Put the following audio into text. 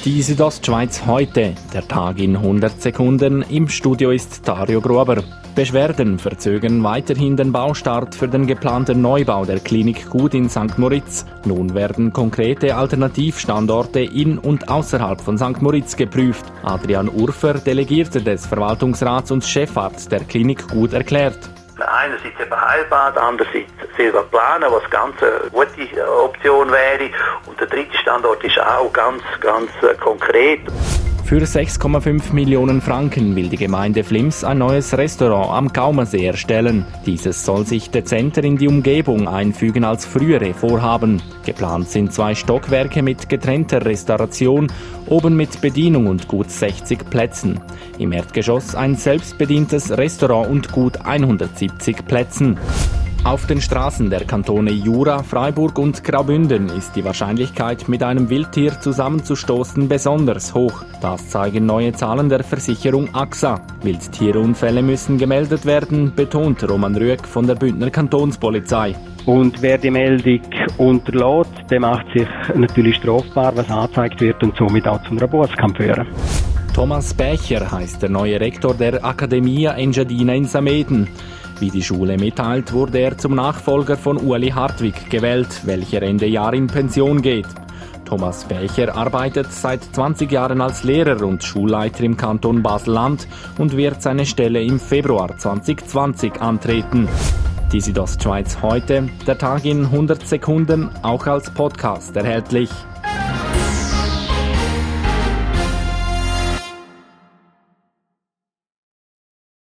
Die Südostschweiz heute, der Tag in 100 Sekunden. Im Studio ist Dario Gruber. Beschwerden verzögern weiterhin den Baustart für den geplanten Neubau der Klinik Gut in St. Moritz. Nun werden konkrete Alternativstandorte in und außerhalb von St. Moritz geprüft. Adrian Urfer, Delegierter des Verwaltungsrats und Chefarzt der Klinik Gut, erklärt. Einerseits eben Heilbad, andererseits selber planen, was ganz eine gute Option wäre. Und der dritte Standort ist auch ganz konkret. Für 6,5 Millionen Franken will die Gemeinde Flims ein neues Restaurant am Gaumersee erstellen. Dieses soll sich dezenter in die Umgebung einfügen als frühere Vorhaben. Geplant sind 2 Stockwerke mit getrennter Restauration, oben mit Bedienung und gut 60 Plätzen. Im Erdgeschoss ein selbstbedientes Restaurant und gut 170 Plätzen. Auf den Straßen der Kantone Jura, Freiburg und Graubünden ist die Wahrscheinlichkeit, mit einem Wildtier zusammenzustoßen, besonders hoch. Das zeigen neue Zahlen der Versicherung AXA. Wildtierunfälle müssen gemeldet werden, betont Roman Rüegg von der Bündner Kantonspolizei. Und wer die Meldung unterlässt, der macht sich natürlich strafbar, was angezeigt wird und somit auch zu einer Busse kann führen. Thomas Bächer heißt der neue Rektor der Accademia Engiadina in Sameden. Wie die Schule mitteilt, wurde er zum Nachfolger von Ueli Hartwig gewählt, welcher Ende Jahr in Pension geht. Thomas Bächer arbeitet seit 20 Jahren als Lehrer und Schulleiter im Kanton Basel-Land und wird seine Stelle im Februar 2020 antreten. Die Südostschweiz heute, der Tag in 100 Sekunden, auch als Podcast erhältlich.